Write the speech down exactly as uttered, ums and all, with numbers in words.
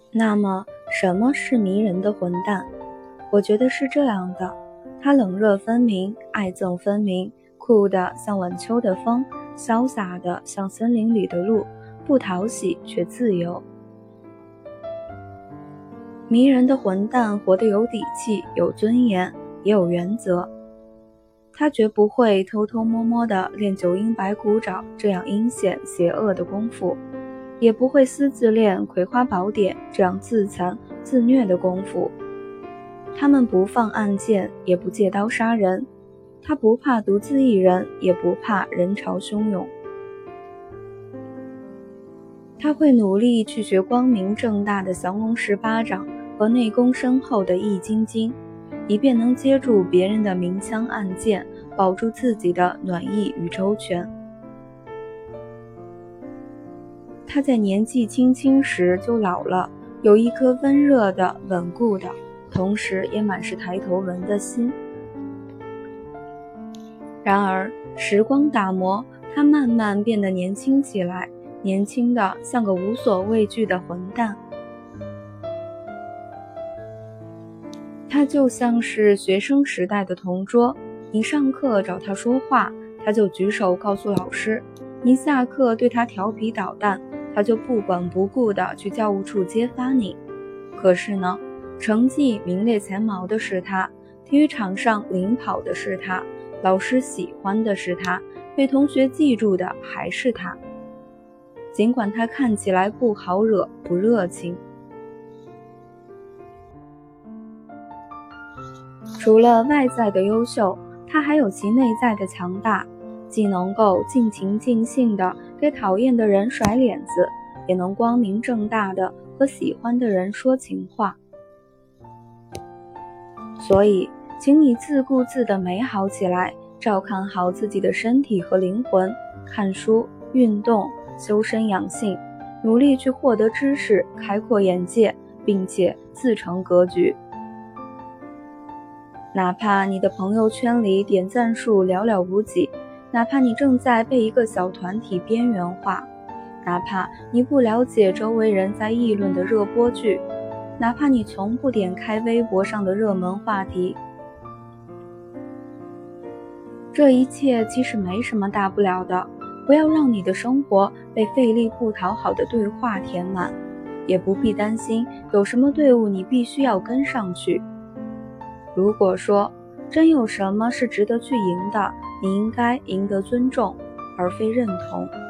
那么，什么是迷人的混蛋？我觉得是这样的，他冷热分明，爱憎分明，酷得像晚秋的风，潇洒的像森林里的鹿，不讨喜却自由。迷人的混蛋活得有底气，有尊严，也有原则。他绝不会偷偷摸摸地练九阴白骨爪这样阴险邪恶的功夫，也不会私自练葵花宝典这样自残自虐的功夫。他们不放暗箭，也不借刀杀人，他不怕独自一人，也不怕人潮汹涌。他会努力去学光明正大的降龙十八掌和内功深厚的易筋经，以便能接住别人的明枪暗箭，保住自己的暖意与周全。他在年纪轻轻时就老了，有一颗温热的、稳固的，同时也满是抬头纹的心。然而时光打磨，他慢慢变得年轻起来，年轻的像个无所畏惧的混蛋。他就像是学生时代的同桌，你上课找他说话，他就举手告诉老师；你下课对他调皮捣蛋，他就不管不顾地去教务处揭发你。可是呢，成绩名列前茅的是他，体育场上领跑的是他，老师喜欢的是他，被同学记住的还是他。尽管他看起来不好惹，不热情。除了外在的优秀，他还有其内在的强大，既能够尽情尽兴地给讨厌的人甩脸子，也能光明正大地和喜欢的人说情话。所以，请你自顾自地美好起来，照看好自己的身体和灵魂，看书、运动、修身养性，努力去获得知识，开阔眼界，并且自成格局。哪怕你的朋友圈里点赞数寥寥无几，哪怕你正在被一个小团体边缘化，哪怕你不了解周围人在议论的热播剧，哪怕你从不点开微博上的热门话题，这一切其实没什么大不了的。不要让你的生活被费力不讨好的对话填满，也不必担心有什么队伍你必须要跟上去。如果说真有什么是值得去赢的，你应该赢得尊重，而非认同。